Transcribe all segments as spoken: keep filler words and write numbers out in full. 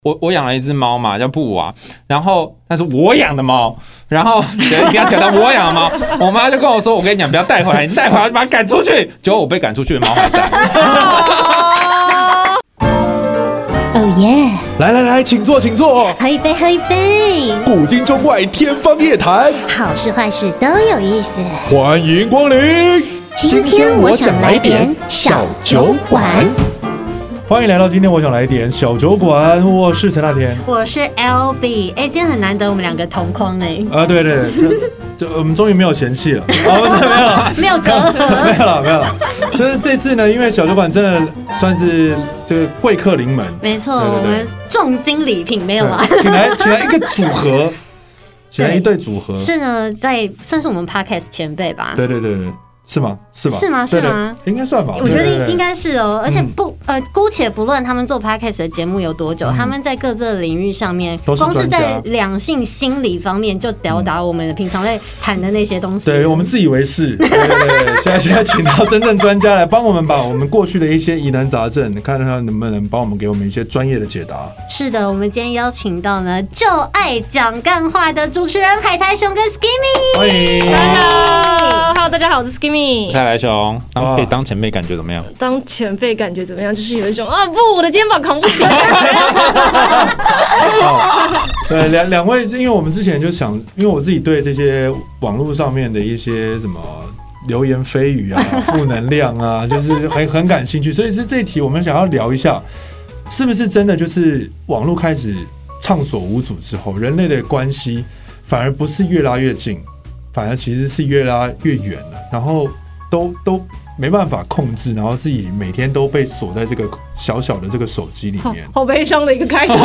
我我养了一只猫嘛，叫布娃，然后他说我养的猫，然后你要讲到我养的猫，我妈就跟我说，我跟你讲不要带回来，你带回来就把它赶出去，结果我被赶出去的猫还在。 哦耶！ 来来来，请坐，请坐， 喝一杯，喝一杯。 古今中外，天方夜谭， 好事坏事都有意思。 欢迎光临。 今天我想来点小酒馆。 欢迎来到今天我想来点小酒馆，我是陈大天， 我是 L B。哎、欸，今天很难得我们两个同框哎、欸。 啊，对对对，这这我们终于没有嫌弃了，啊，不是没有了， 没有隔阂， 没有了，没有了。所以这次呢，因为小酒馆真的算是这个贵客临门， 没错，我们重金礼品没有啦， 请来请来一个组合，请来一对组合， 是呢，在算是我们 Podcast 前辈吧， 对对对对。是吗？是吧？ 是吗？是吗？ 应该算吧。 我觉得应该是哦，而且不呃，姑且不论他们做 podcast 的节目有多久，他们在各自的领域上面，光是在两性心理方面就吊打我们平常在谈的那些东西。 对，我们自以为是。对对对，现在现在请到真正专家来帮我们把我们过去的一些疑难杂症，看看能不能帮我们给我们一些专业的解答。 是的，我们今天邀请到呢，就爱讲干话的主持人海苔熊跟 Skimmy。 欢迎 ，Hello，Hello， 大家好，我是 Skimmy。 再来熊，当可以当前辈感觉怎么样？ 当前辈感觉怎么样？就是有一种啊，不，我的肩膀扛不起。 对，两两位，因为我们之前就想，因为我自己对这些网络上面的一些什么流言蜚语啊、负能量啊，就是很很感兴趣，所以是这一题我们想要聊一下，是不是真的就是网络开始畅所无阻之后，人类的关系反而不是越拉越近，反而其实是越拉越远了，然后都都没办法控制，然后自己每天都被锁在这个小小的这个手机里面， 好, 好悲伤的一个开始。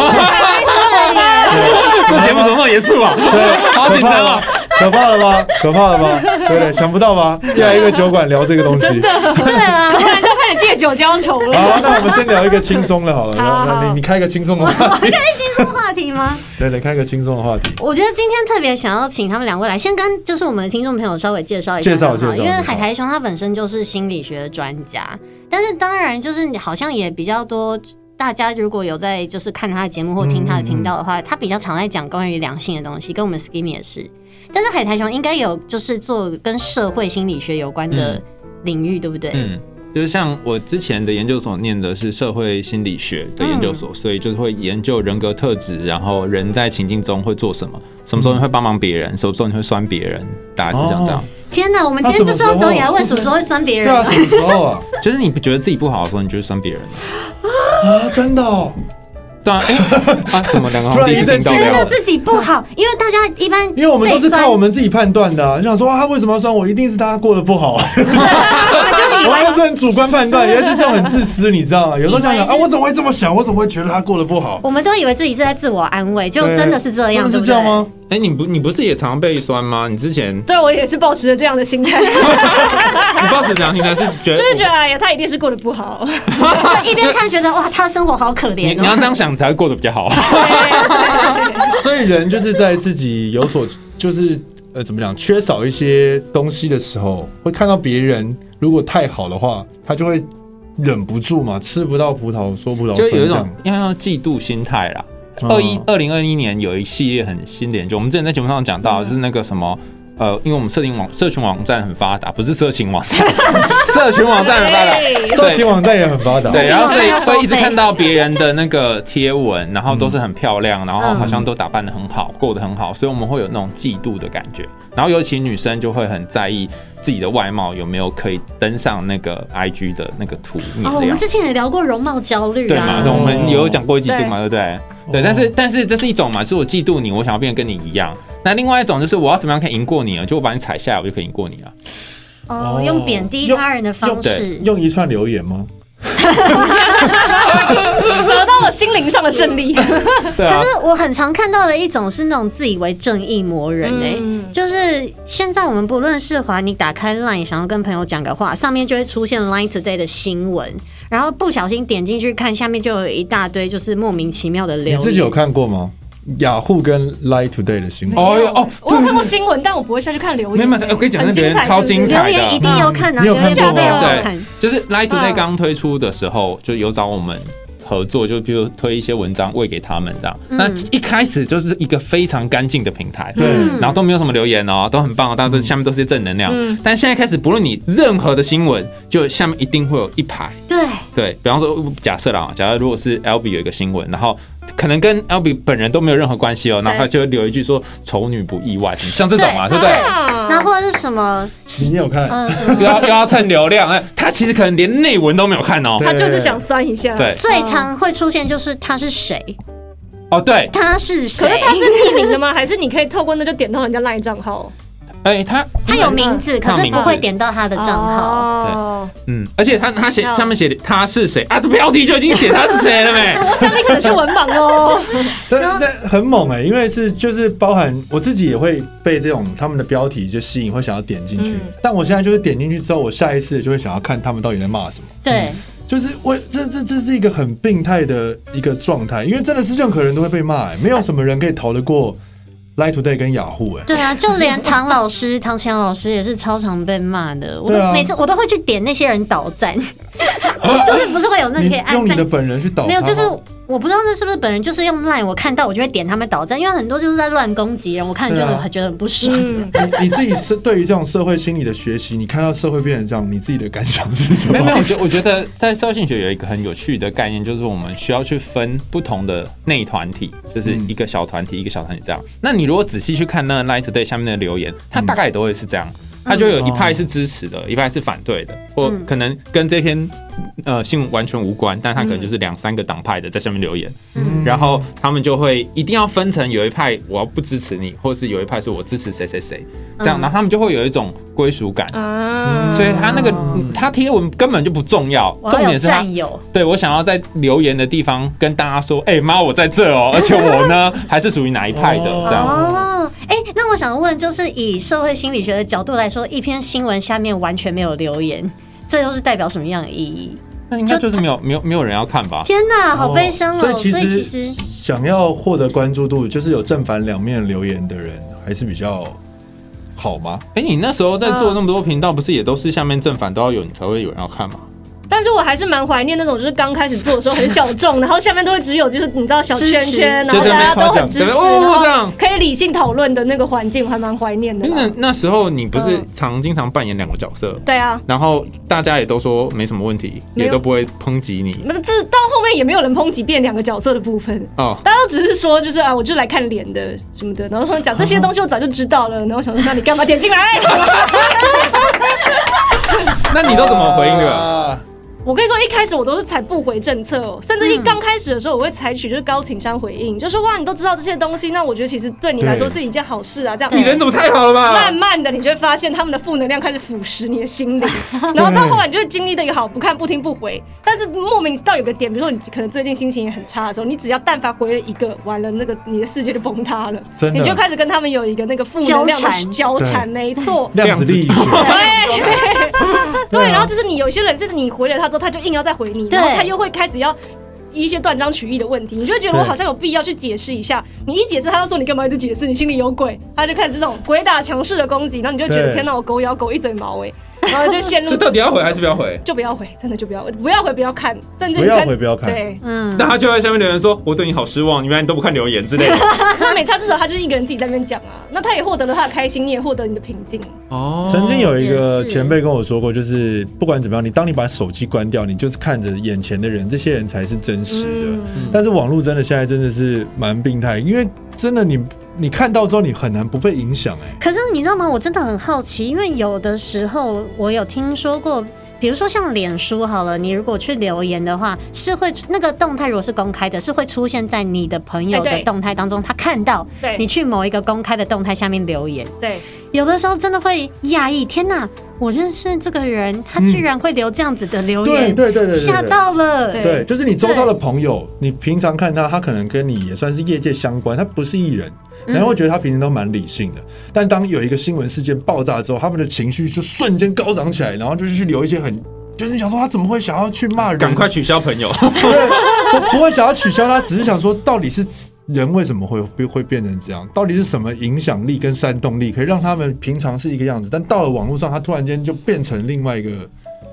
这节目怎么那么严肃啊？ 对， 好紧张啊！ 可怕了吧？可怕了吧？对不对？想不到吧？又来一个酒馆聊这个东西， 真的，对啊，突然就开始借酒浇愁了。 好，那我们先聊一个轻松的好了。好好好，你你开个轻松的话题， 开轻松话题吗？ 对对，开个轻松的话题。 我觉得今天特别想要请他们两位来，先跟就是我们的听众朋友稍微介绍一下， 介绍介绍， 因为海苔熊他本身就是心理学的专家，但是当然就是好像也比较多。大家如果有在就是看他的节目或听他的频道的话，嗯嗯嗯他比较常在讲关于两性的东西，跟我们 Skimmy 也是。但是海苔熊应该有就是做跟社会心理学有关的领域，嗯、对不对？ 嗯，就是像我之前的研究所念的是社会心理学的研究所，嗯、所以就是会研究人格特质，然后人在情境中会做什么，什么时候你会帮忙别人，什么时候你会酸别人，大概是像这样。哦天哪，我们今天就是要找你来问什么时候会酸别人。 对啊，什么时候啊？ 就是你觉得自己不好的时候，你就会酸别人啊？真的哦？ 对啊，哎、欸，啊，怎么两个好像第一次听到？ 觉得自己不好，因为大家一般， 因为我们都是靠我们自己判断的、啊，就想说啊，他为什么要酸我？一定是他过得不好、啊。我们是很主观判断，原来就这种很自私，你知道吗？有时候想想啊，我怎么会这么想？我怎么会觉得他过得不好？ 我们都以为自己是在自我安慰，就真的是这样， 真的是这样吗？ 哎、欸，你不，你不是也常被酸吗？你之前对我也是抱持着这样的心态。 你抱持这样的心态是觉得， 就是觉得哎呀，他一定是过得不好。 一边看觉得哇，他的生活好可怜、喔。 你要这样想才会过得比较好。 所以人就是在自己有所就是呃怎么讲缺少一些东西的时候，会看到别人如果太好的话，他就会忍不住嘛，吃不到葡萄说不老酸， 就有一种要嫉妒心态啦。二一二零二一年有一系列很新的研究，我们之前在节目上讲到，就是那个什么。呃，因为我们社群网社群网站很发达，不是色情网站，社群网站很发达， 色情网站也很发达。 对，然后所以会一直看到别人的那个贴文，然后都是很漂亮，然后好像都打扮得很好，过得很好，所以我们会有那种嫉妒的感觉。然后尤其女生就会很在意自己的外貌有没有可以登上那个 I G 的那个图面。 哦，我们之前也聊过容貌焦虑、啊， 对嘛？我们有讲过一集这个嘛，对不对？对，但是但是这是一种嘛，就是我嫉妒你，我想要变得跟你一样。那另外一种就是我要怎么样可以赢过你呢？就我把你踩下来，我就可以赢过你了。 哦，用贬低他人的方式， 用一串留言吗？ 得到了心灵上的胜利。 对啊，可是我很常看到的一种是那种自以为正义魔人哎、欸，嗯、就是现在我们不论是滑，你打开 Line 想要跟朋友讲个话，上面就会出现 Line Today 的新闻，然后不小心点进去看，下面就有一大堆就是莫名其妙的留言。 你自己有看过吗？雅虎跟 Line Today 的新闻哦哦，我有看过新闻，但我不会下去看留言。 没有，我跟你讲，那留言超精彩的， 留言一定要看啊！ 你有看过吗？ 对，就是 Line Today 刚推出的时候，就有找我们合作，就比如推一些文章喂给他们这样。 嗯、 那一开始就是一个非常干净的平台， 对、 嗯，然后都没有什么留言哦，都很棒，大家下面都是些正能量。嗯，但现在开始，不论你任何的新闻，就下面一定会有一排。 对对，比方说假设啦，假如如果是 L B 有一个新闻，然后可能跟 L B 本人都没有任何关系哦，然后他就会留一句说丑女不意外，像这种嘛， 对, 对不对？ 那或者是什么？ 你有看？ 嗯， 又要又要蹭流量，他其实可能连内文都没有看哦， 他就是想酸一下。 对， 最常会出现就是他是谁？ 哦，对， 他是谁？ 可是他是匿名的吗？还是你可以透过那就点到人家 LINE 账号？ 哎、欸，他他有名字，可是不会点到他的账号。 哦， 嗯，而且他他写上面写他是谁啊？标题就已经写他是谁了没？ 我想你可能是文盲哦。 但但很猛哎、欸，因为是就是包含我自己也会被这种他们的标题就吸引，会想要点进去、嗯。但我现在就是点进去之后，我下一次就会想要看他们到底在骂什么。 对。 嗯，就是我这这这是一个很病态的一个状态，因为真的是任何人都会被骂、欸，没有什么人可以逃得过 Line Today 跟雅虎哎。 对啊，就连唐老师、唐乾老师也是超常被骂的。我都、啊、每次我都会去点那些人倒赞，就是不是会有那个可以按赞， 用你的本人去倒， 没有，就是我不知道那是不是本人，就是用 Line 我看到我就会点他们倒赞，因为很多就是在乱攻击人，我看了就很、啊、觉得很不爽。 嗯、你, 你自己是对于这种社会心理的学习，你看到社会变成这样，你自己的感想是什么？ 没有，没有，我觉得我觉得在社会心理学有一个很有趣的概念，就是我们需要去分不同的内团体，就是一个小团体、嗯、一个小团体这样。那你如果仔细去看那 Line Today 下面的留言，它大概也都会是这样。他就有一派是支持的，嗯、一派是反对的，或可能跟这篇呃新闻完全无关，但他可能就是两三个党派的在下面留言，嗯、然后他们就会一定要分成有一派我要不支持你，或是有一派是我支持谁谁谁，这样，然后他们就会有一种归属感，嗯、所以他那个他贴文根本就不重要，重点是他对我想要在留言的地方跟大家说，哎、欸、妈我在这哦、喔，而且我呢还是属于哪一派的这样。 哦，哎、欸，那我想问，就是以社会心理学的角度来说。说一篇新闻下面完全没有留言，这又是代表什么样的意义？ 那应该就是没有没有没有人要看吧？ 天哪，好悲伤哦！ 所以其实想要获得关注度，就是有正反两面留言的人还是比较好吗？ 哎、欸，你那时候在做那么多频道，不是也都是下面正反都要有，你才会有人要看吗？ 但是我还是蛮怀念那种，就是刚开始做的时候很小众，然后下面都会只有就是你知道小圈圈，然后大家都很支持，然后可以理性讨论的那个环境，我还蛮怀念的。 那那时候你不是常经常扮演两个角色？对啊， 然后大家也都说没什么问题，也都不会抨击你。 那这到后面也没有人抨击变两个角色的部分哦，大家都只是说就是啊，我就来看脸的什么的，然后他们讲这些东西我早就知道了，然后我想说那你干嘛点进来？ 那你都怎么回应的？ 我跟你说，一开始我都是采不回政策哦，甚至一刚开始的时候，我会采取就是高情商回应，就说哇，你都知道这些东西，那我觉得其实对你来说是一件好事啊，这样。 你人怎么太好了吧？ 慢慢的，你就会发现他们的负能量开始腐蚀你的心灵，然后到后来你就会经历的一个好不看不听不回，但是莫名到有个点，比如说你可能最近心情也很差的时候，你只要但凡回了一个，完了那个你的世界就崩塌了，你就开始跟他们有一个那个负能量的交缠，没错， 量子力学， 对对，然后就是你有些人是你回了他之后，他就硬要再回你，然后他又会开始要一些断章取义的问题，你就会觉得我好像有必要去解释一下。你一解释，他就说你干嘛一直解释？你心里有鬼，他就开始这种鬼打墙式的攻击，然后你就觉得天哪，我狗咬狗一嘴毛哎、欸。然后就陷入， 这到底要回还是不要回？ 就不要回，真的就不要回，不要回，不要看，甚至不要回，不要看。 对， 嗯。那他就在下面留言说：“我对你好失望，原来你都不看留言之类的。” 那没差，至少他就是一个人自己在那边讲啊。那他也获得了他的开心，你也获得你的平静。 哦。曾经有一个前辈跟我说过，就是不管怎么样，你当你把手机关掉，你就是看着眼前的人，这些人才是真实的。嗯、但是网络真的现在真的是蛮病态，因为真的你。你看到之后，你很难不被影响哎。 可是你知道吗？我真的很好奇，因为有的时候我有听说过，比如说像脸书好了，你如果去留言的话，是会那个动态如果是公开的，是会出现在你的朋友的动态当中，他看到你去某一个公开的动态下面留言。 对， 有的时候真的会讶异，天哪！我认识这个人，他居然会留这样子的留言， 对对对对， 吓到了。 对，就是你周遭的朋友，你平常看他，他可能跟你也算是业界相关，他不是艺人，然后会觉得他平时都蛮理性的。但当有一个新闻事件爆炸之后，他们的情绪就瞬间高涨起来，然后就去留一些很，就是你想说他怎么会想要去骂人？ 赶快取消朋友， 对，不不会想要取消他，只是想说到底是。人为什么会会变成这样？到底是什么影响力跟煽动力可以让他们平常是一个样子，但到了网络上，他突然间就变成另外一个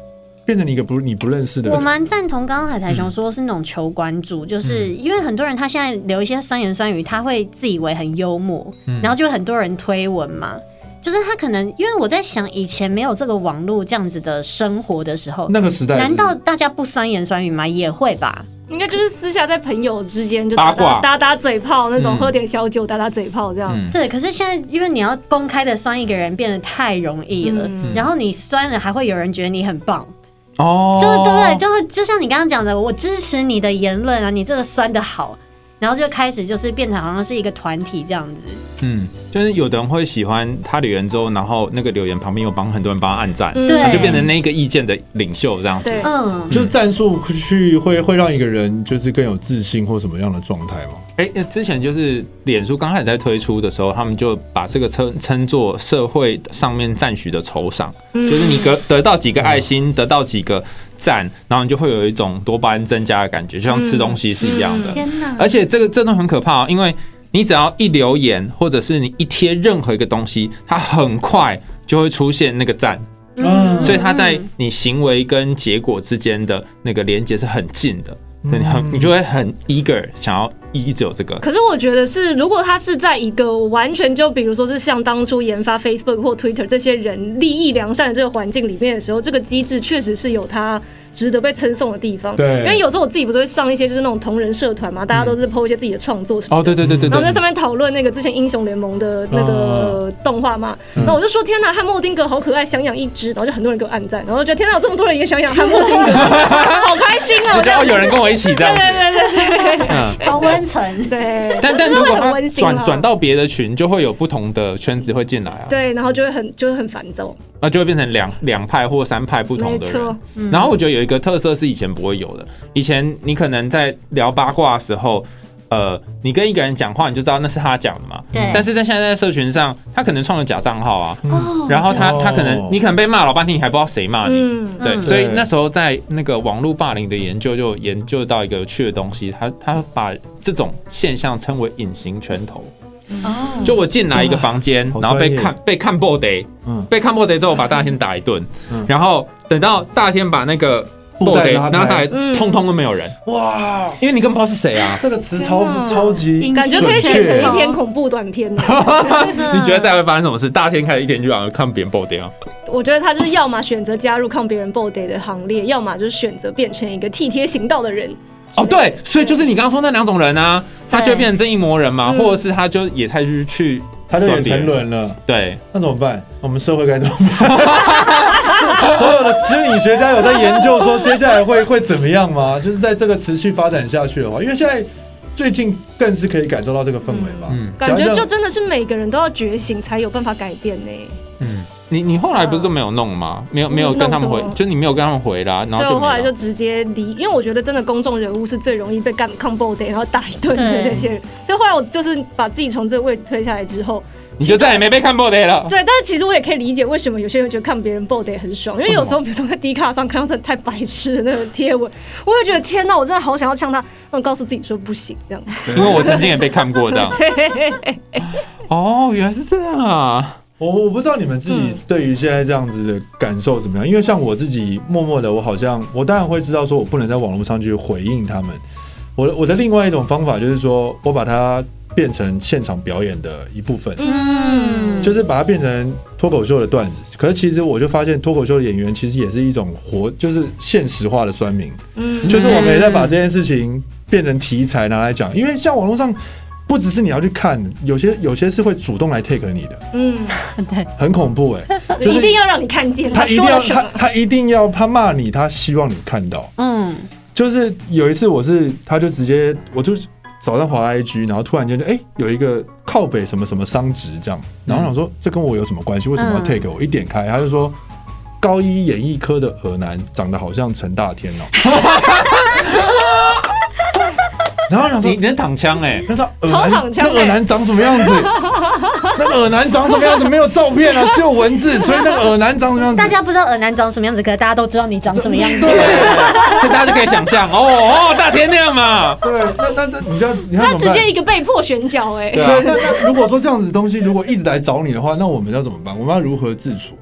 变成你一个不你不认识的。 我蛮赞同刚刚海苔熊说是那种求关注，嗯、就是因为很多人他现在留一些酸言酸语，他会自以为很幽默，嗯、然后就很多人推文嘛。就是他可能，因为我在想，以前没有这个网络这样子的生活的时候， 那个时代， 难道大家不酸言酸语吗？也会吧。 应该就是私下在朋友之间就打打打打嘴炮那种，嗯、喝点小酒打打嘴炮这样。 嗯、对，可是现在因为你要公开的酸一个人变得太容易了，嗯、然后你酸了还会有人觉得你很棒。哦，就对不对？就会就像你刚刚讲的，我支持你的言论啊，你这个酸的好。然后就开始就是变成好像是一个团体这样子， 嗯，就是有的人会喜欢他留言之后，然后那个留言旁边有帮很多人帮他按赞， 对、 嗯，就变成那个意见的领袖这样子， 嗯， 就是战术去会会让一个人就是更有自信或什么样的状态吗？ 哎、欸，之前就是脸书刚开始在推出的时候，他们就把这个称称作社会上面赞许的酬赏，嗯、就是你得得到几个爱心，嗯、得到几个赞，然后你就会有一种多巴胺增加的感觉，就像吃东西是一样的。 天哪！ 而且这个真的很可怕，因为你只要一留言，或者是你一贴任何一个东西，它很快就会出现那个赞。嗯，所以它在你行为跟结果之间的那个连接是很近的，你很你就会很 eager 想要一直有这个。 可是我觉得是，如果他是在一个完全就比如说是像当初研发 Facebook 或 Twitter 这些人利益良善的这个环境里面的时候，这个机制确实是有它值得被称颂的地方。 对， 因为有时候我自己不是会上一些就是那种同人社团嘛，大家都是 po 一些自己的创作什么的。 哦，对对对对对。 然后在上面讨论那个之前英雄联盟的那个动画嘛，然后我就说天哪，汉默丁格好可爱，想养一只，然后就很多人给我按赞，然后觉得天哪，有这么多人也想养汉默丁格，好开心啊！ 我觉得有人跟我一起这样。 对对对对， 嗯，好温存。 对， 但但如果他转转到别的群，就会有不同的圈子会进来啊。 对，然后就会很就会很烦躁， 那就会变成两两派或三派不同的人。嗯、然后我觉得有一个特色是以前不会有的，以前你可能在聊八卦的时候，呃，你跟一个人讲话，你就知道那是他讲的嘛。 对。 但是在现在在社群上，他可能创了假账号啊， 嗯、 然后他他可能你可能被骂老半天，你还不知道谁骂你。嗯、对。所以那时候在那个网络霸凌的研究就研究到一个有趣的东西，他他把这种现象称为隐形拳头。哦，就我进来一个房间，然后被看被看 body， 嗯，被看 body 之后把大天打一顿，嗯，然后等到大天把那个 body 拿下来，通通都没有人，哇！因为你根本不知道是谁啊。 这个词超超级感觉可以写成一篇恐怖短片。 你觉得再会发生什么事？大天开始一天就想看别人 body 啊？ 我觉得他就是要么选择加入看别人 body 的行列，要么就是选择变成一个替天行道的人。 哦，对，所以就是你刚刚说那两种人啊，他就会变成正义魔人嘛，或者是他就也太去去， 他就也沉沦了。 对， 那怎么办？我们社会该怎么办？所有的心理学家有在研究说接下来会会怎么样吗？就是在这个持续发展下去的话，因为现在最近更是可以感受到这个氛围吧。 嗯，感觉就真的是每个人都要觉醒才有办法改变呢。 嗯。你你后来不是都没有弄吗？没有没有跟他们回，就你没有跟他们回啦，然后就对，我后来就直接离，因为我觉得真的公众人物是最容易被干 combo day， 然后打一顿的那些人。所以后来我就是把自己从这个位置推下来之后， 你就再也没被看 body 了。 对，但是其实我也可以理解为什么有些人觉得看别人 body 很爽，因为有时候比如说在 D 卡上看到真的太白痴的那个贴文，我会觉得天哪，我真的好想要呛他，然后告诉自己说不行这样。 因为我曾经也被看过这样。 对。 哦，原来是这样啊。 我我不知道你们自己对于现在这样子的感受怎么样，因为像我自己默默的，我好像我当然会知道说我不能在网络上去回应他们。我的我的另外一种方法就是说我把它变成现场表演的一部分，嗯，就是把它变成脱口秀的段子。可是其实我就发现脱口秀的演员其实也是一种活，就是现实化的酸民，嗯，就是我们也在把这件事情变成题材拿来讲，因为像网络上。不只是你要去看，有些有些是会主动来 take 你的，嗯，对，很恐怖哎、 欸，就是一定要让你看见， 他一定要他他一定要他骂你，他希望你看到，嗯，就是有一次我是他就直接我就早上滑 I G， 然后突然间就哎、欸、有一个靠北什么什么商职这样，然后想说这跟我有什么关系？为什么要 take 我？一点开他就说高一演艺科的耳男长得好像陈大天哦、喔。然后想说你能躺枪哎， 那他耳男那耳男长什么样子？那个耳男长什么样子？没有照片啊，只有文字，所以那个耳男长什么样子？ 大家不知道耳男长什么样子，可是大家都知道你长什么样子， 对，所以大家就可以想象哦哦，大天那样嘛。 对，那那那你知道你看他直接一个被迫选角哎。 对，那那如果说这样子的东西如果一直来找你的话，那我们要怎么办？我们要如何自处？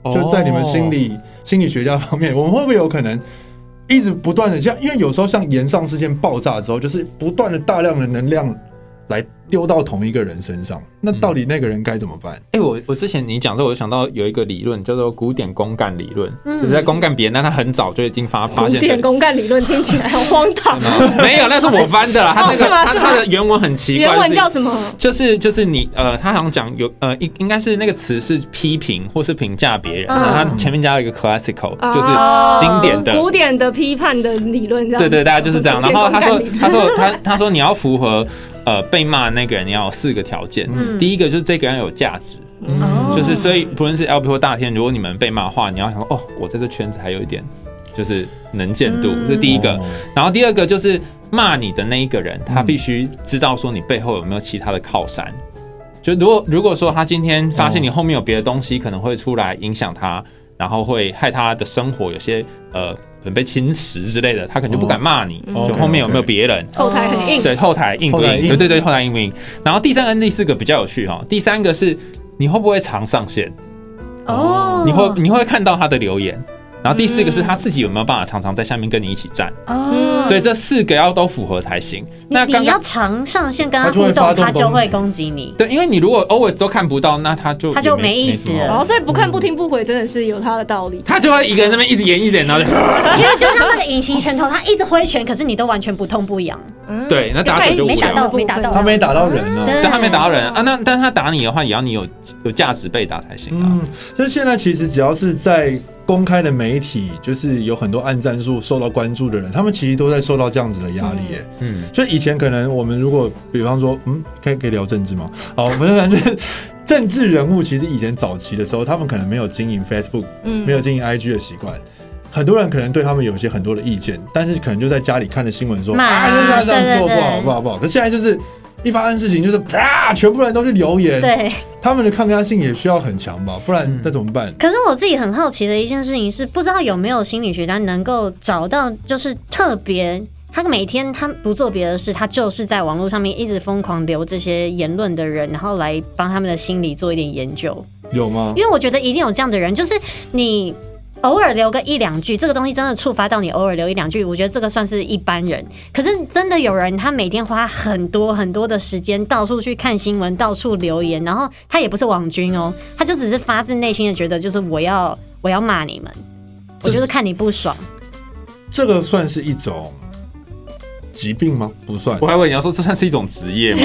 就在你们心理、哦、心理学家方面，我们会不会有可能一直不断的像，因为有时候像炎上事件爆炸之后，就是不断的大量的能量来丢到同一个人身上，那到底那个人该怎么办？哎、 嗯欸，我我之前你讲这，我就想到有一个理论叫做古典公干理论，嗯、就是在公干别人，但他很早就已经发发现。 古典公干理论听起来很荒唐。 没有，那是我翻的啦。他那个、哦、他他的原文很奇怪， 原文叫什么？ 就是就是你呃，他好像讲有呃，应应该是那个词是批评或是评价别人，嗯、然后他前面加了一个 classical，、嗯、就是经典的、 哦、古典的批判的理论，这样。 对对，大概就是这样。然后他说他说他他说你要符合。呃，被骂的那个人你要有四个条件、嗯，第一个就是这个人有价值、嗯，就是所以不论是 L P 或大天，如果你们被骂的话，你要想说哦，我在这圈子还有一点就是能见度，这、嗯、是第一个。然后第二个就是骂你的那一个人，他必须知道说你背后有没有其他的靠山。就如果如果说他今天发现你后面有别的东西可能会出来影响他，然后会害他的生活有些呃。可能被侵蚀之类的，他可能就不敢骂你。哦、就后面有没有别人？ 后台很硬。 对，后台硬不硬？对对对，后台硬不硬？然后第三个、第四个比较有趣哈。第三个是你会不会常上线？哦，你会你会看到他的留言。然后第四个是他自己有没有办法常常在下面跟你一起站。哦，所以这四个要都符合才行。 那你要常上线跟他互动，他就会攻击你。 对，因为你如果 always 都看不到，那他就他就没意思了。 哦，所以不看不听不回真的是有他的道理。 他就会一个人在那边一直演一直演，然后就因为就像那个隐形拳头，他一直挥拳，可是你都完全不痛不痒。 对，那打手就没打到，没打到， 他没打到人啊。 对，他没打到人啊。那但他打你的话，也要你有有价值被打才行啊。 嗯，就是现在其实只要是在公开的媒体，就是有很多按赞数受到关注的人，他们其实都在受到这样子的压力耶。嗯，所以以前可能我们如果比方说，嗯，可以可以聊政治吗？好，反正反正政治人物其实以前早期的时候，他们可能没有经营 Facebook，嗯，没有经营 I G 的习惯。很多人可能对他们有一些很多的意见，但是可能就在家里看了新闻说啊，这样做不好不好不好。可是现在就是一发生事情，就是啪，全部人都去留言， 对， 他们的抗压性也需要很强吧，不然那怎么办？ 可是我自己很好奇的一件事情是，不知道有没有心理学家能够找到，就是特别他每天他不做别的事，他就是在网络上面一直疯狂留这些言论的人，然后来帮他们的心理做一点研究， 有吗？ 因为我觉得一定有这样的人，就是你。偶尔留个一两句，这个东西真的触发到你，偶尔留一两句，我觉得这个算是一般人。可是真的有人，他每天花很多很多的时间，到处去看新闻，到处留言，然后他也不是网军哦，他就只是发自内心的觉得，就是我要我要骂你们，我就是看你不爽。 这个算是一种疾病吗？不算。 我还以为你要说这算是一种职业吗？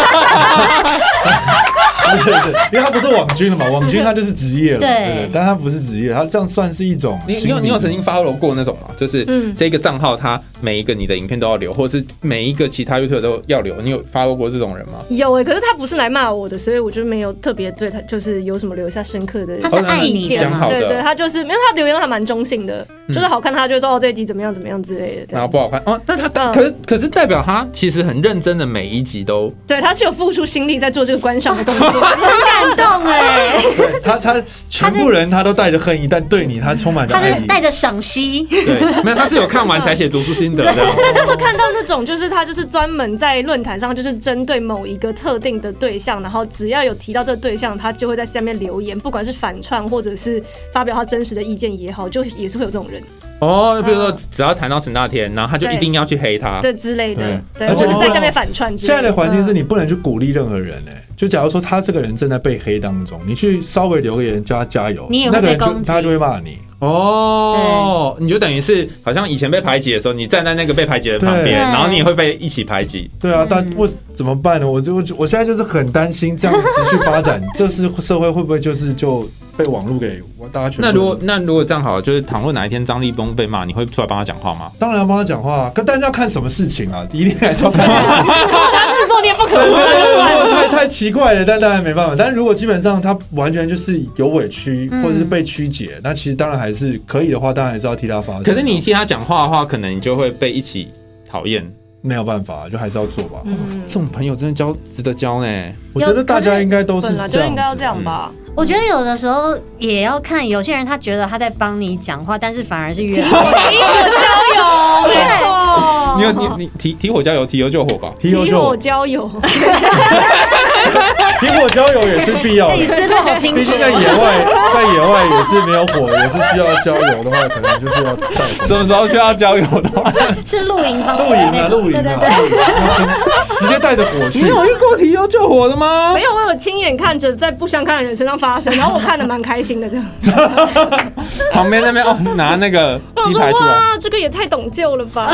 不是不是，因为他不是网军了嘛，网军他就是职业了， 对, 对, 对，但他不是职业，他这样算是一种。 你你有你有曾经 follow 过那种吗？就是这个账号，他每一个你的影片都要留，或者是每一个其他 YouTuber 都要留。你有 follow 过这种人吗？ 有哎、欸，可是他不是来骂我的，所以我就没有特别对他就是有什么留下深刻的。 他是爱你讲好的， 对对，他就是因为他留言都还蛮中性的，嗯、就是好看他就说哦这一集怎么样怎么样之类的， 然后不好看哦，那他、嗯、可是可是代表他其实很认真的每一集都， 对，他是有付出心力在做这个观赏的动作， 很感动哎。 他他全部人他都带着恨意，但对你他充满着爱意， 他是带着赏析， 对，没有他是有看完才写读书心得的。 大家会看到那种就是他就是专门在论坛上就是针对某一个特定的对象，然后只要有提到这个对象，他就会在下面留言，不管是反串或者是发表他真实的意见也好，就也是会有这种人。 哦，比如说只要谈到陈大天，然后他就一定要去黑他， 对之类的，对，或者在下面反串之类的。 现在的环境是你不能去鼓励任何人哎、欸，就假如说他这个人正在被黑当中，你去稍微留个言叫他加油， 你也会被攻击，那个人就他就会骂你。 哦，你就等于是好像以前被排挤的时候，你站在那个被排挤的旁边，然后你也会被一起排挤。 对啊，但我怎么办呢？我就我现在就是很担心这样子持续发展，这是社会会不会就是就被网络给大家全部？ 那如果那如果这样好了，就是倘若哪一天张立东被骂，你会出来帮他讲话吗？ 当然要帮他讲话、啊，可但是要看什么事情啊，一定还是要看什么事情。 他制作你也不可能， 如果太太奇怪了，但当然没办法。但是如果基本上他完全就是有委屈或者是被曲解，嗯、那其实当然还是可以的话，当然还是要替他发声。 可是你替他讲话的话，可能你就会被一起讨厌。 没有办法，就还是要做吧。 嗯，这种朋友真的交值得交呢。 我觉得大家应该都是这样子， 就应该要这样吧。 嗯、我觉得有的时候也要看，有些人他觉得他在帮你讲话，但是反而是越提火交友，没错。 你有你你提提火交友，提油救火吧， 提火交友。 停火交友也是必要的。 你思路好清楚。 毕竟在野外，在野外也是没有火，也是需要交友的话，可能就是要带火。 什么时候需要交友的话？ 是露营方露营啊，露营啊， 对对对， 直接带着火去。 你有遇过提油救火的吗？ 没有，我有亲眼看着在不相干的人身上发生，然后我看得蛮开心的这样。 旁边那边哦，拿那个鸡排出来， 哇，这个也太懂救了吧！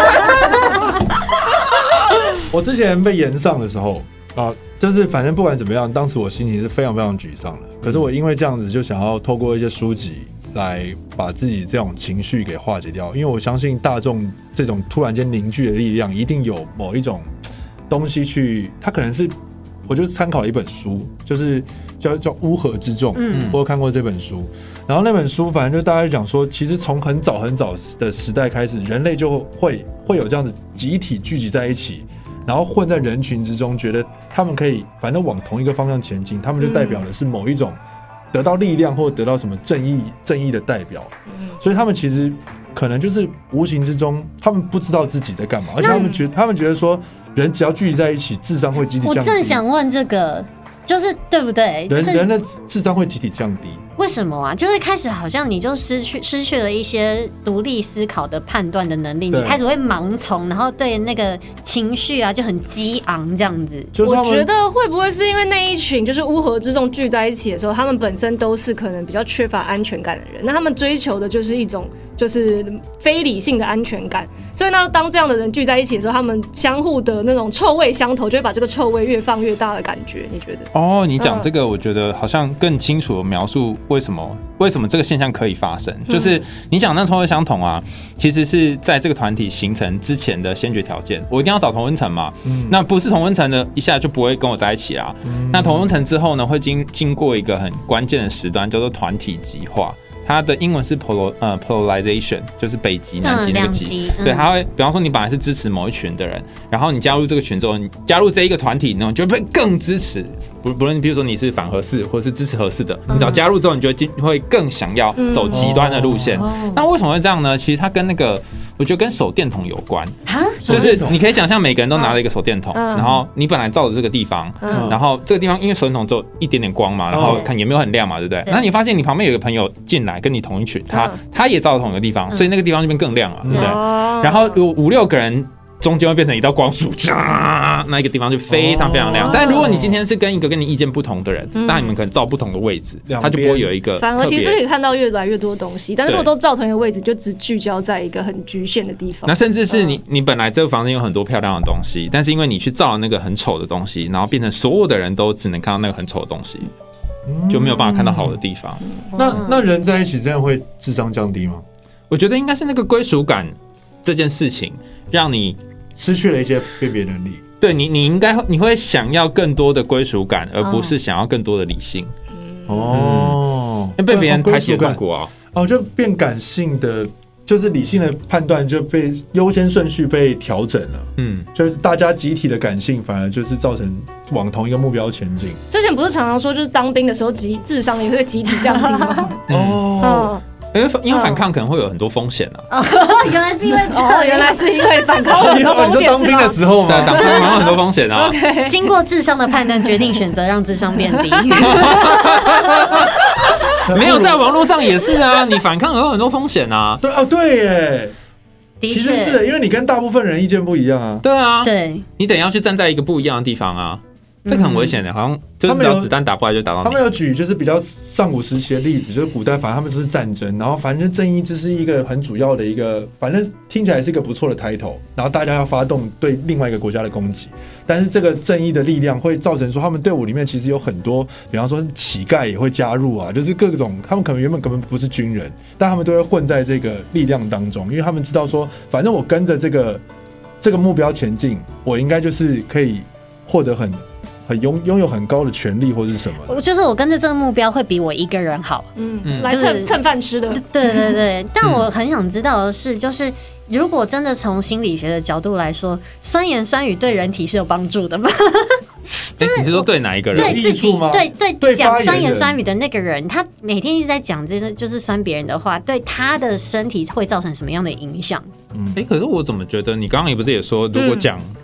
我之前被延上的时候啊，就是反正不管怎么样，当时我心情是非常非常沮丧的。可是我因为这样子，就想要透过一些书籍来把自己这种情绪给化解掉。因为我相信大众这种突然间凝聚的力量，一定有某一种东西去，它可能是，我就参考了一本书，就是叫叫《乌合之众》，嗯，我有看过这本书。然后那本书反正就大概讲说，其实从很早很早的时代开始，人类就会会有这样子集体聚集在一起，然后混在人群之中，觉得他们可以反正往同一个方向前进，他们就代表的是某一种得到力量或得到什么正义正义的代表，所以他们其实可能就是无形之中，他们不知道自己在干嘛，而且他们觉他们觉得说，人只要聚集在一起，智商会集体降低。 我正想问这个，就是对不对？ 人、 就是、 人的智商会集体降低。 为什么啊？就是开始好像你就失去失去了一些独立思考的判断的能力，你开始会盲从，然后对那个情绪啊就很激昂这样子。 我觉得会不会是因为那一群就是乌合之众聚在一起的时候，他们本身都是可能比较缺乏安全感的人，那他们追求的就是一种就是非理性的安全感，所以呢，当这样的人聚在一起的时候，他们相互的那种臭味相投，就会把这个臭味越放越大的感觉。你觉得？ 哦，你讲这个，我觉得好像更清楚的描述为什么为什么这个现象可以发生。就是你讲那臭味相同啊，其实是在这个团体形成之前的先决条件。我一定要找同温层嘛，嗯、那不是同温层的，一下就不会跟我在一起啦。嗯、那同温层之后呢，会经经过一个很关键的时段，叫做团体极化。它的英文是 pol 呃 polarization， 就是北极南极那个极，嗯、对，它会，比方说你本来是支持某一群的人，然后你加入这个群之后，你加入这一个团体呢，就会更支持，不不论比如说你是反核四或者是支持核四的，你只要加入之后，你就会会更想要走极端的路线。嗯、那为什么会这样呢？其实它跟那个我觉得跟手电筒有关，就是你可以想象每个人都拿了一个手电筒，嗯、然后你本来照着这个地方，嗯、然后这个地方因为手电筒只有一点点光嘛，然后看也没有很亮嘛，对不对？那你发现你旁边有一个朋友进来。跟你同一群，他他也照到同一个地方，所以那个地方就变更亮了，对不对？然后有五六个人中间会变成一道光束，那一个地方就非常非常亮。但如果你今天是跟一个跟你意见不同的人，那你们可能照不同的位置，他就不会有一个。 反而其实可以看到越来越多东西，但是如果都照同一个位置，就只聚焦在一个很局限的地方。 那甚至是你你本来这个房间有很多漂亮的东西，但是因为你去照了那个很丑的东西，然后变成所有的人都只能看到那个很丑的东西。就没有办法看到好的地方。 嗯、那那人在一起这样会智商降低吗？ 我觉得应该是那个归属感这件事情，让你失去了一些辨别能力。 对你，你应该你会想要更多的归属感，而不是想要更多的理性。 哦， 因为被别人排挤痛苦啊， 哦，就变感性的。就是理性的判断就被优先顺序被调整了，嗯，就是大家集体的感性反而就是造成往同一个目标前进。 之前不是常常说，就是当兵的时候集智商也会集体降低吗？ 哦， 因为因为反抗可能会有很多风险啊。 哦，原来是因为哦，原来是因为反抗有很多风险。 你说当兵的时候吗？ 对，当兵有很多风险啊。 Okay. 经过智商的判断，决定选择让智商变低。 没有，在网络上也是啊，你反抗有很多风险啊。 对哦，对耶，其实是因为你跟大部分人意见不一样啊。 对啊， 对， 你等一下去站在一个不一样的地方啊。这个很危险的，好像就是只要子弹打过来就打到你。 他们有举就是比较上古时期的例子，就是古代反正他们就是战争，然后反正正义这是一个很主要的一个，反正听起来是一个不错的 title， 然后大家要发动对另外一个国家的攻击，但是这个正义的力量会造成说他们队伍里面其实有很多，比方说乞丐也会加入啊，就是各种他们可能原本根本不是军人，但他们都会混在这个力量当中，因为他们知道说，反正我跟着这个这个目标前进，我应该就是可以获得很。很拥拥有很高的权利或者是什么？ 我就是我跟着这个目标会比我一个人好， 嗯，嗯来蹭蹭饭吃的。 对对对，但我很想知道的是，就是如果真的从心理学的角度来说，酸言酸语对人体是有帮助的吗？ 就是、欸、你是说对哪一个人？ 对自己，对对对讲酸言酸语的那个人，他每天一直在讲这些就是酸别人的话，对他的身体会造成什么样的影响？ 嗯，哎、欸，可是我怎么觉得你刚刚也不是也说，如果讲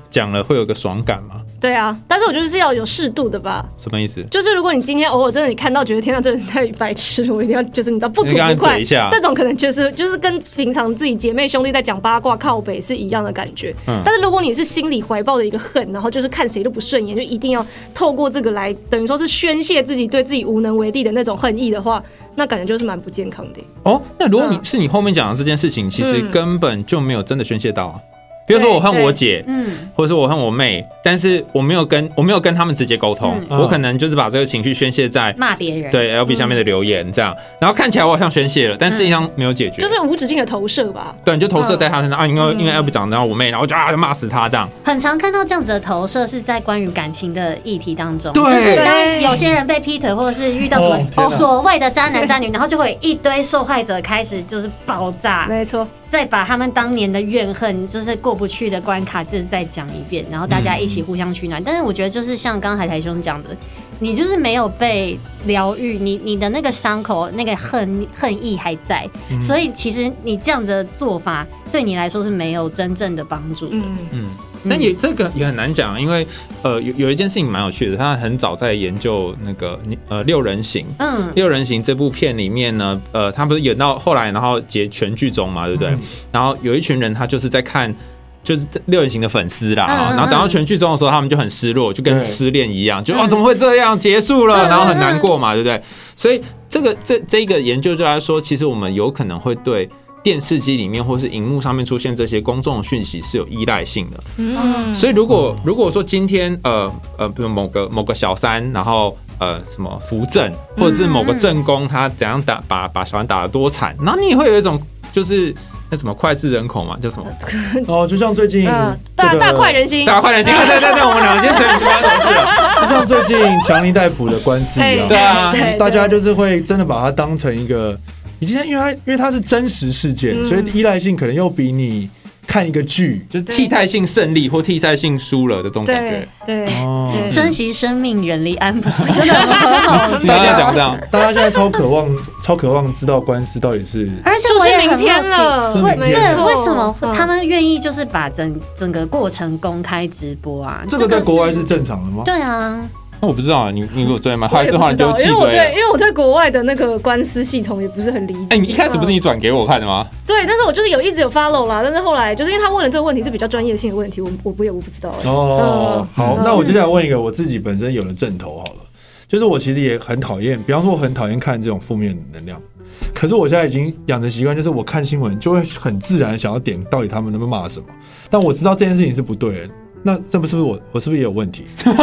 讲了会有个爽感吗？ 对啊，但是我觉得是要有适度的吧。 什么意思？ 就是如果你今天偶尔真的你看到觉得天啊，这人太白痴了，我一定要就是你知道不吐不快，这种可能就是就是跟平常自己姐妹兄弟在讲八卦靠北是一样的感觉。嗯，但是如果你是心里怀抱的一个恨，然后就是看谁都不顺眼，就一定要透过这个来等于说是宣泄自己对自己无能为力的那种恨意的话，那感觉就是蛮不健康的。 哦，那如果你是你后面讲的这件事情，其实根本就没有真的宣泄到啊。比如说我恨我姐，嗯，或者是我恨我妹，但是我没有跟我没有跟他们直接沟通，嗯、我可能就是把这个情绪宣泄在骂别人， 对 L B 下面的留言这样，然后看起来我好像宣泄了，但实际上没有解决， 就是无止境的投射吧。 对，你就投射在他身上、嗯、啊，因为因为 L B 长得然后我妹，然后就啊就骂死他这样。 很常看到这样子的投射是在关于感情的议题当中，就是当有些人被劈腿或者是遇到什么所谓的渣男渣女，然后就会一堆受害者开始就是爆炸， 没错。 再把他们当年的怨恨，就是过不去的关卡，就是再讲一遍，然后大家一起互相取暖。嗯、但是我觉得，就是像刚才台兄讲的，你就是没有被疗愈，你你的那个伤口、那个恨恨意还在，嗯、所以其实你这样子的做法，对你来说是没有真正的帮助的。嗯嗯。但也这个也很难讲，因为呃有有一件事情蛮有趣的，他很早在研究那个呃六人行，嗯，六人行这部片里面呢，呃，他不是演到后来，然后结全剧终嘛，对不对？嗯、然后有一群人他就是在看。就是六人行的粉丝啦，嗯、然后等到全剧终的时候，他们就很失落，就跟失恋一样，就哦怎么会这样结束了，然后很难过嘛，对不对？所以这个这这个研究就来说，其实我们有可能会对电视机里面或是荧幕上面出现这些公众的讯息是有依赖性的。嗯，所以如果如果说今天呃呃，比如某个某个小三，然后呃什么扶正，或者是某个正宫他怎样打把把小三打得多惨，然后你也会有一种就是。那什么脍炙人口嘛，叫什么？ 哦，就像最近、这个、 大大快人心， 大快人心，对对对，我们两个今天成语发生什么事了？ 就像最近强尼戴普的官司一样， 对啊， 大家就是会真的把它当成一个，已经因为它因为它是真实事件，嗯、所以依赖性可能又比你看一个剧， 就是替代性胜利或替代性输了的这种感觉。 对，对哦， 珍惜生命，远离安博，真的很好。 大家讲这样， 大家现在超渴望，超渴望知道官司到底是， 而且我也很好奇， 明天了对，为什么他们愿意就是把整整个过程公开直播啊？ 这个在国外是正常的吗？ 对啊。 那我不知道啊，你你有追吗？还是后来就弃追了？ 因为我对，因为我对国外的那个官司系统也不是很理解。 哎、欸，你一开始不是你转给我看的吗？ 对，但是我就是有一直有 follow 啦，但是后来就是因为他问的这个问题是比较专业性的问题，我我不也我不知道。 哦，嗯、好，嗯、那我接下来问一个我自己本身有的正头好了，就是我其实也很讨厌，比方说我很讨厌看这种负面能量，可是我现在已经养成习惯，就是我看新闻就会很自然想要点到底他们能不能骂什么，但我知道这件事情是不对的，那这不是不是我我是不是也有问题？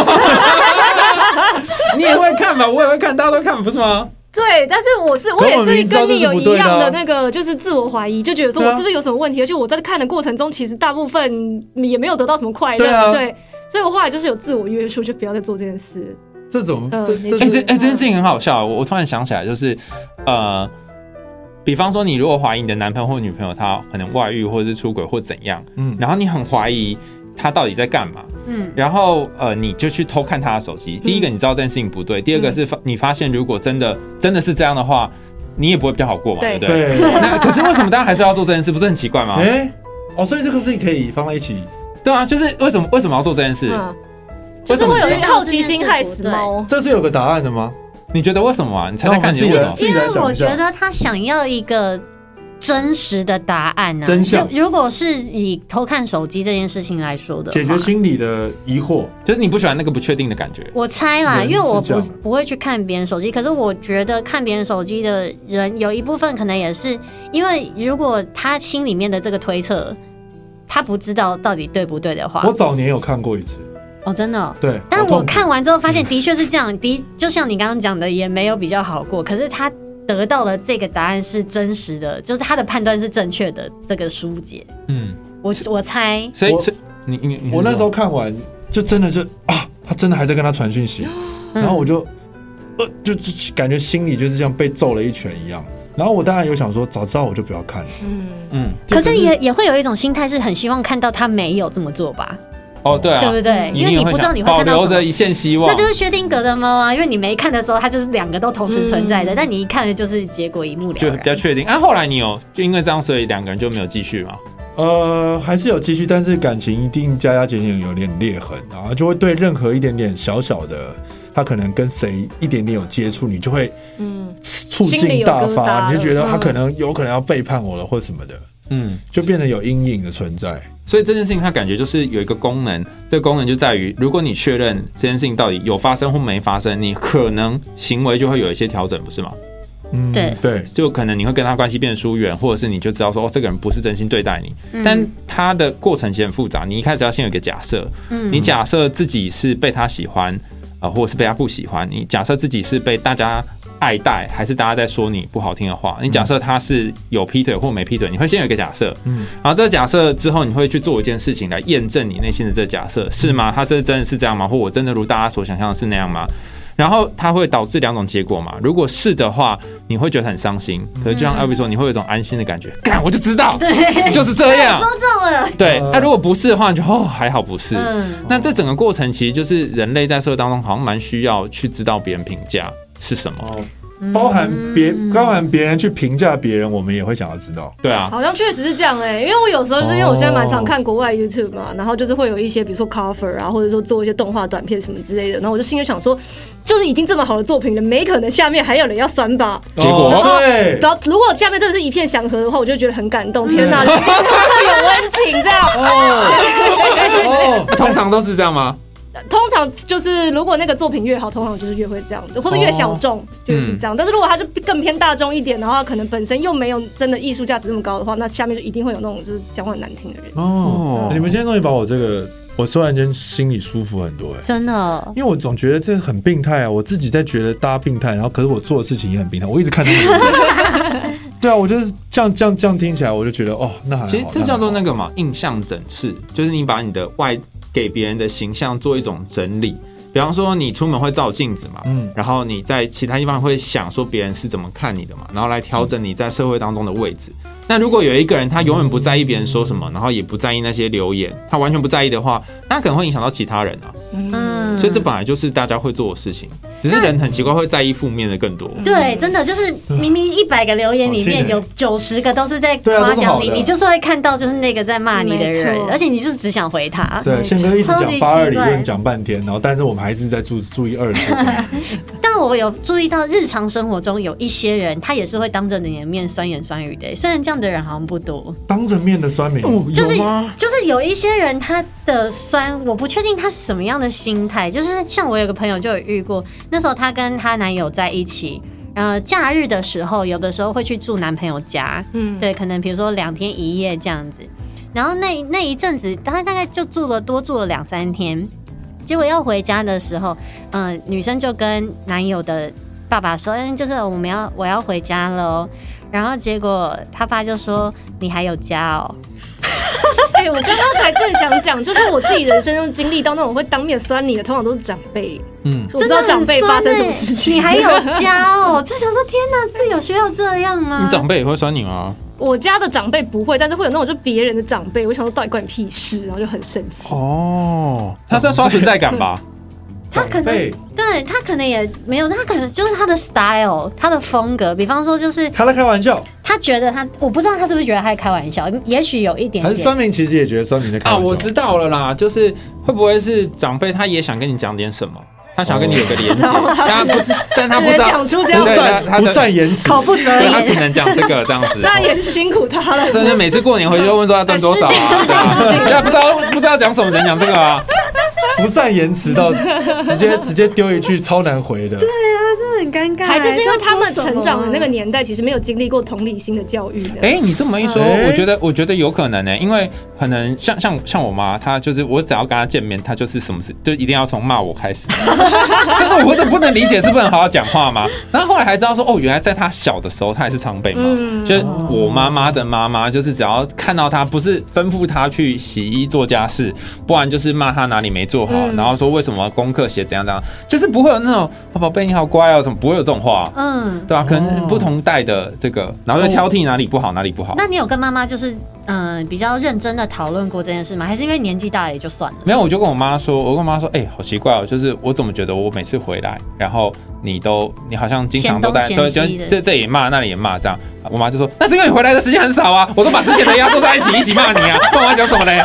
你也会看吧，我也会看，大家都看，不是吗？ 对，但是我是我也是跟你有一样的那个，就是自我怀疑，就觉得说我是不是有什么问题？而且我在看的过程中，其实大部分也没有得到什么快乐，对,、啊、对，所以我后来就是有自我约束，就不要再做这件事。 这种，哎、呃， 这哎、欸欸、这件事情很好笑，我我突然想起来，就是呃，比方说你如果怀疑你的男朋友或女朋友他可能外遇或者是出轨或怎样，嗯，然后你很怀疑。他到底在干嘛？嗯，然后呃，你就去偷看他的手机。第一个，你知道这件事情不对；第二个是你发现，如果真的真的是这样的话，你也不会比较好过嘛，对不对？对。那可是为什么大家还是要做这件事？不是很奇怪吗？ 哎、欸，哦，所以这个事情可以放在一起。 对啊，就是为什么为什么要做这件事？嗯、 就是会有一个好奇心害死猫。 这是有个答案的吗？ 你觉得为什么啊？你猜猜看，你为什么？ 因为我觉得他想要一个。真实的答案啊， 真相。 如果是以偷看手机这件事情来说的话， 解决心理的疑惑， 就是你不喜欢那个不确定的感觉。 我猜啦，因为我不不会去看别人手机，可是我觉得看别人手机的人有一部分可能也是因为，如果他心里面的这个推测，他不知道到底对不对的话， 我早年有看过一次。 哦，真的、哦， 对。 但我看完之后发现，的确是这样，的就像你刚刚讲的，也没有比较好过。可是他。得到了这个答案是真实的，就是他的判断是正确的，这个疏解。嗯，我我猜， 所以你你我那时候看完就真的是啊，他真的还在跟他传讯息，嗯、然后我就呃就感觉心里就是像被揍了一拳一样。然后我当然有想说，早知道我就不要看了。嗯嗯，可是也也会有一种心态是很希望看到他没有这么做吧。 哦，对啊， 对不对？因为你不知道你会看到什么， 保留着一线希望， 那就是薛定谔的猫啊。因为你没看的时候，它就是两个都同时存在的，嗯、但你一看的就是结果一目了然， 就比较确定。啊，后来你有就因为这样，所以两个人就没有继续嘛？ 呃，还是有积蓄，但是感情一定加加减减有点裂痕，然后就会对任何一点点小小的，他可能跟谁一点点有接触，你就会嗯醋劲大发，你就觉得他可能有可能要背叛我了或什么的，嗯，就变得有阴影的存在。 所以这件事情它感觉就是有一个功能，这个功能就在于，如果你确认这件事情到底有发生或没发生，你可能行为就会有一些调整，不是吗？ 嗯，对对， 就可能你会跟他关系变得疏远，或者是你就知道说，哦，这个人不是真心对待你。嗯、但他的过程其实很复杂，你一开始要先有一个假设，嗯、你假设自己是被他喜欢，呃，或者是被他不喜欢，你假设自己是被大家爱戴，还是大家在说你不好听的话？你假设他是有劈腿或没劈腿，你会先有一个假设，嗯，然后这个假设之后，你会去做一件事情来验证你内心的这个假设是吗？他是真的是这样吗？或我真的如大家所想象的是那样吗？然后它会导致两种结果嘛？如果是的话，你会觉得很伤心。可是就像艾比说，你会有一种安心的感觉，干我就知道， 对， 就是这样， 说中了。 对，那、啊、如果不是的话，你就哦还好不是。嗯、那这整个过程其实就是人类在社会当中好像蛮需要去知道别人评价是什么。哦包含别包含别人去评价别人，我们也会想要知道。 对啊， 好像确实是这样哎、欸，因为我有时候就是因为我现在蛮常看国外 YouTube 嘛，然后就是会有一些比如说 cover 啊，或者说做一些动画短片什么之类的，然后我就心里想说，就是已经这么好的作品了，没可能下面还有人要酸吧？ 结果对， 然后如果下面真的是一片祥和的话，我就觉得很感动。天哪，人间处处有温情，这样。 哦，通常都是这样吗？ 通常就是如果那个作品越好，通常就是越会这样子，或者越小众就是这样。哦嗯、但是如果它就更偏大众一点的话，可能本身又没有真的艺术价值那么高的话，那下面就一定会有那种就是讲话很难听的人。 哦，嗯、你们今天终于把我这个，我突然间心里舒服很多哎、欸， 真的， 因为我总觉得这很病态啊，我自己在觉得大家病态，然后可是我做的事情也很病态，我一直看他们。对啊，我就是这样这样这样听起来，我就觉得哦，那还好。 其实这叫做那个嘛，印象整饰，就是你把你的外给别人的形象做一种整理。比方说，你出门会照镜子嘛，嗯，然后你在其他地方会想说别人是怎么看你的嘛，然后来调整你在社会当中的位置。那如果有一个人他永远不在意别人说什么，然后也不在意那些留言，他完全不在意的话，那可能会影响到其他人啊。嗯，所以这本来就是大家会做的事情，只是人很奇怪会在意负面的更多。 对，真的就是明明一百个留言里面有九十个都是在夸奖你，你就是会看到就是那个在骂你的人，而且你就是只想回他。 对，宪哥一直讲八二理论讲半天，然后但是我们还是在注注意二的部分。 但我有注意到日常生活中有一些人，他也是会当着你的面酸言酸语的，虽然这样的人好像不多。 当着面的酸民、哦、 就是有吗？ 就是有一些人他的酸，我不确定他是什么样的心态。就是像我有个朋友就有遇过，那时候她跟她男友在一起，呃，假日的时候有的时候会去住男朋友家，嗯，对，可能比如说两天一夜这样子。然后那那一阵子，他大概就住了多住了两三天。结果要回家的时候，嗯、呃，女生就跟男友的爸爸说：“嗯，就是我们要我要回家了哦。”然后结果他爸就说：“你还有家哦。” 哎、欸，我刚刚才正想讲，就是我自己人生中经历到那种会当面酸你的，通常都是长辈。嗯，我不知道长辈发生什么事情。 你还有家哦，就想说天哪，这有需要这样吗？ 你长辈也会酸你吗？ 我家的长辈不会，但是会有那种就别人的长辈，我想说到底关你屁事，然后就很生气。 哦，他是要刷存在感吧？ 他可能对他可能也没有，他可能就是他的 style， 他的风格。比方说，就是他在开玩笑， 他觉得他，我不知道他是不是觉得他在开玩笑，也许有一点点。 还是酸民其实也觉得酸民在开玩笑啊？我知道了啦，就是会不会是长辈他也想跟你讲点什么？他想要跟你有个连接，他不是，但他不知道讲出这样不善不善言辞， 口不择言， 他只能讲这个这样子。 那也是辛苦他了。 对，每次过年回去就问说他赚多少啊？对啊，不知道不知道讲什么，只能讲这个啊。 不善言辞到直接直接丢一句超难回的。 对啊，这很尴尬。 还是因为他们成长的那个年代，其实没有经历过同理心的教育的。 哎、欸，你这么一说，欸、我觉得我觉得有可能呢、欸，因为可能像像像我妈，她就是我只要跟她见面，她就是什么事就一定要从骂我开始。这个我都不能理解，是不能好好讲话吗？然后后来还知道说，哦，原来在她小的时候，她也是常被骂。嗯、就是我妈妈的妈妈，就是只要看到她，不是吩咐她去洗衣做家事，不然就是骂她哪里没做好，嗯、然后说为什么功课写怎样怎样，就是不会有那种哦宝贝你好乖哦， 什么，不会有这种话，嗯，对啊，可能不同代的这个，然后又挑剔哪里不好哪里不好。 那你有跟妈妈就是嗯、呃、比较认真的讨论过这件事吗？还是因为年纪大了也就算了？ 没有，我就跟我妈说，我跟我妈说，哎、欸，好奇怪哦，就是我怎么觉得我每次回来，然后你都你好像经常都在对，就这这也骂那里也骂这样。我妈就说，那是因为你回来的时间很少啊，我都把之前的压缩在一起一起骂你啊。跟我妈讲什么嘞？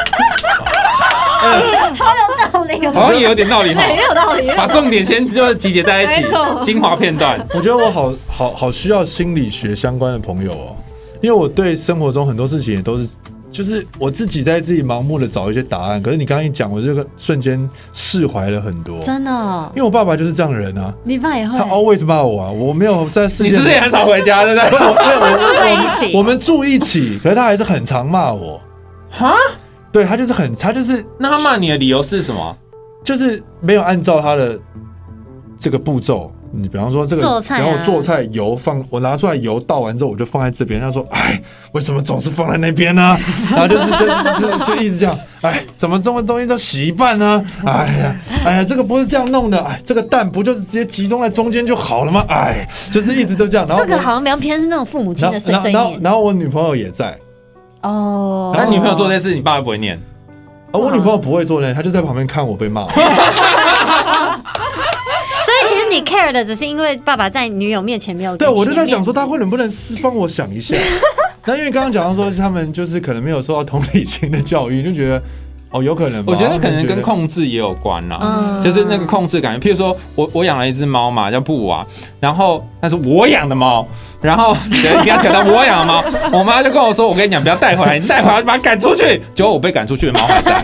好有道理， 好像也有点道理哈， 也有道理。 把重点先就集结在一起，精华片段。 我觉得我好好好需要心理学相关的朋友哦，因为我对生活中很多事情也都是，就是我自己在自己盲目的找一些答案。可是你刚刚一讲，我这个瞬间释怀了很多。 真的、哦， 因为我爸爸就是这样的人啊。 你爸也会？ 他 always 骂我啊，我没有在世界。 你是不是也很少回家，对不对？ 我我住在一起， 我们住一起，可是他还是很常骂我。 哈？ 对他就是很，他就是。 那他骂你的理由是什么？ 就是没有按照他的这个步骤。你比方说这个， 做菜啊、 然后我做菜油放，我拿出来油倒完之后，我就放在这边。他说：“哎，为什么总是放在那边呢？”然后就是就就就一直这样，哎，怎么这么东西都洗一半呢？哎呀，哎呀，这个不是这样弄的，哎，这个蛋不就是直接集中在中间就好了吗？哎，就是一直都这样。然后这个好像比较偏是那种父母亲的碎碎念。 然后然后我女朋友也在。 哦。 那女朋友做这件事，你爸会不会念？ 啊，我女朋友不会做呢，她就在旁边看我被骂。 所以其实你 care 的只是因为爸爸在女友面前没有。 对，我就在想说，他会能不能帮我想一下？那因为刚刚讲到说，他们就是可能没有受到同理心的教育，就觉得哦，有可能吧。 我觉得可能跟控制也有关啦，嗯、就是那个控制感。譬如说我我养了一只猫嘛，叫布娃，然后他说我养的猫。然后一定要讲到我养的猫，我妈就跟我说：“我跟你讲，不要带回来，你带回来就把它赶出去。”结果我被赶出去的猫还在。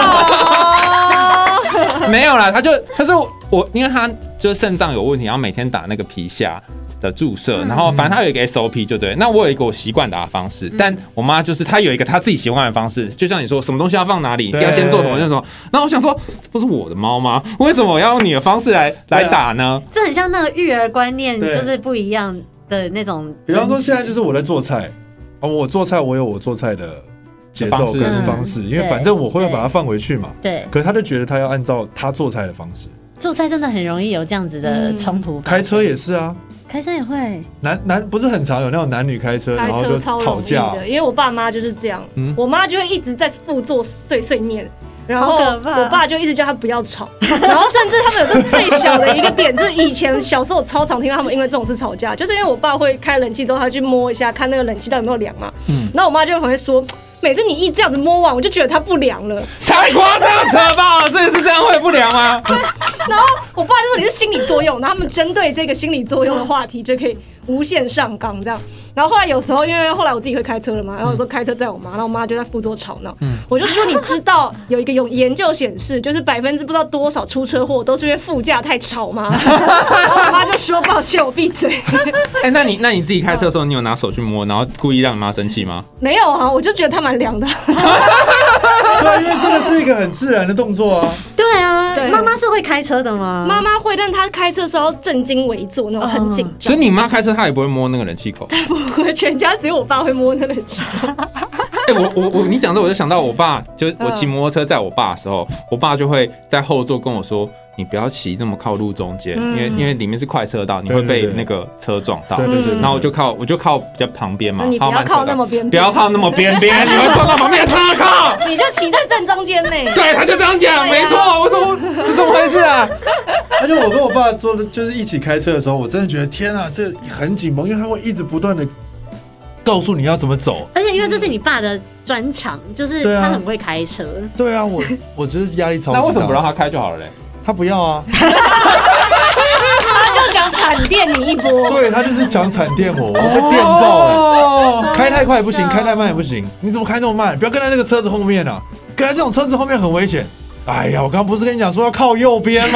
没有啦，他就他说我，因为他就是肾脏有问题，然后每天打那个皮下的注射，然后反正他有一个 S O P 就对。那我有一个我习惯打的方式，嗯、但我妈就是她有一个她自己习惯的方式，就像你说，什么东西要放哪里，要先做什么，做什么。然后我想说，这不是我的猫吗？为什么我要用你的方式来来打呢？ 这很像那个育儿观念，就是不一样。的那种， 比方说现在就是我在做菜，啊，我做菜我有我做菜的节奏跟方式，因为反正我会把它放回去嘛。 对。 可是他就觉得他要按照他做菜的方式。 做菜真的很容易有这样子的冲突。 开车也是啊。 开车也会。 男男不是很常有那种男女开车，然后就吵架。 因为我爸妈就是这样，嗯、我妈就会一直在副座碎碎念。然后我爸就一直叫他不要吵，然后甚至他们有个最小的一个点，就是以前小时候我超常听到他们因为这种事吵架，就是因为我爸会开冷气之后，他去摸一下看那个冷气到底有没有凉嘛，嗯，然后我妈就会说，每次你一这样子摸完，我就觉得它不凉了， 太夸张扯爆了，这是这样会不凉吗？ 然后我爸就说你是心理作用，然后他们针对这个心理作用的话题就可以无限上纲这样。然后后来有时候，因为后来我自己会开车了嘛，然后有时候开车载我妈，然后我妈就在副座吵闹，嗯、我就说你知道有一个有研究显示，就是百分之不知道多少出车祸都是因为副驾太吵吗？然后我妈就说抱歉，我闭嘴。 哎、欸，那你那你自己开车的时候，你有拿手去摸，然后故意让你妈生气吗？ 没有啊，我就觉得它蛮凉的。 对，因为这个是一个很自然的动作啊。 对啊，妈妈是会开车的吗？ 妈妈会，但她开车的时候正襟危坐，那种很紧张。 所以你妈开车，她也不会摸那个冷气口。 不会，全家只有我爸会摸那个冷气口。 哎、欸，我我我，你讲这我就想到我爸，就我骑摩托车载我爸的时候，我爸就会在后座跟我说。你不要骑这么靠路中间，嗯、因为因为里面是快车道，你会被那个车撞到。对对对。然后我就靠我就靠比较旁边嘛， 你不要靠那么边边， 不要靠那么边边，你会撞到旁边的车靠。 你就骑在正中间内。 对，他就这样讲，没错。我说是怎么回事啊？ 而且我跟我爸做的就是一起开车的时候，我真的觉得天啊，这很紧绷，因为他会一直不断的告诉你要怎么走。 而且因为这是你爸的专长，就是他很会开车。 对啊，我我觉得压力超大。 那为什么不让他开就好了嘞？ 他不要啊， 他就想惨电你一波。 对，他就是想惨电我，我被电爆了。开太快也不行，开太慢也不行。你怎么开这么慢？不要跟在那个车子后面啊！跟在这种车子后面很危险。哎呀，我刚刚不是跟你讲说要靠右边吗？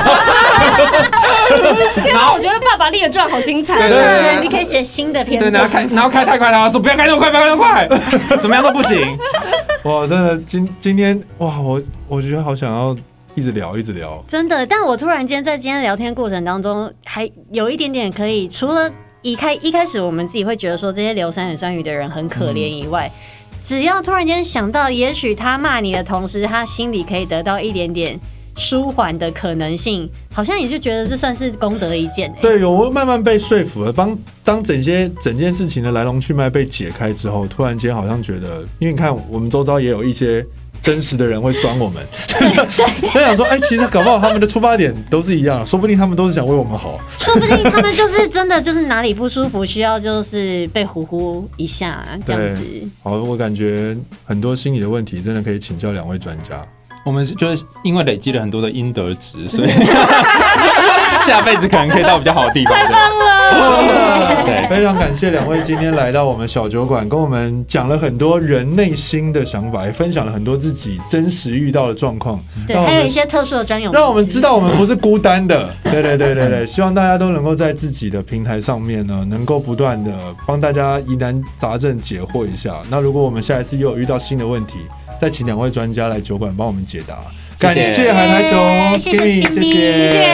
然后我觉得爸爸列传好精彩， 真的，你可以写新的篇章。 对，然后开，然后开太快，他说不要开那么快，不要开那么快，怎么样都不行。 哇，真的，今今天哇，我我觉得好想要。一直聊，一直聊， 真的。但我突然间在今天聊天过程当中，还有一点点可以，除了一开一开始我们自己会觉得说这些流山与山语的人很可怜以外，嗯、只要突然间想到，也许他骂你的同时，他心里可以得到一点点舒缓的可能性，好像也就觉得这算是功德一件、欸。 对，有慢慢被说服了。当当整些整件事情的来龙去脉被解开之后，突然间好像觉得，因为你看我们周遭也有一些真实的人会酸我们，就想说，哎、欸，其实搞不好他们的出发点都是一样，说不定他们都是想为我们好， 说不定他们就是真的就是哪里不舒服，需要就是被呼呼一下这样子。 好，我感觉很多心理的问题真的可以请教两位专家。 我们就是因为累积了很多的阴德值，所以下辈子可能可以到比较好的地方。 太棒了！ 对，非常感谢两位今天来到我们小酒馆，跟我们讲了很多人内心的想法，也分享了很多自己真实遇到的状况。 对，还有一些特殊的专有， 让我们知道我们不是孤单的。对对对对对，希望大家都能够在自己的平台上面呢，能够不断的帮大家疑难杂症解惑一下。那如果我们下一次又有遇到新的问题，再请两位专家来酒馆帮我们解答。感谢海苔熊 Skimmy， 谢谢，谢谢，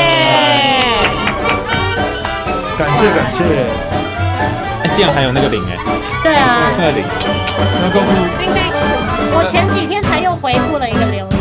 感谢感谢。 哎，竟然还有那个零哎， 对啊， 那个零， 要告诉我前几天才又回复了一个留言。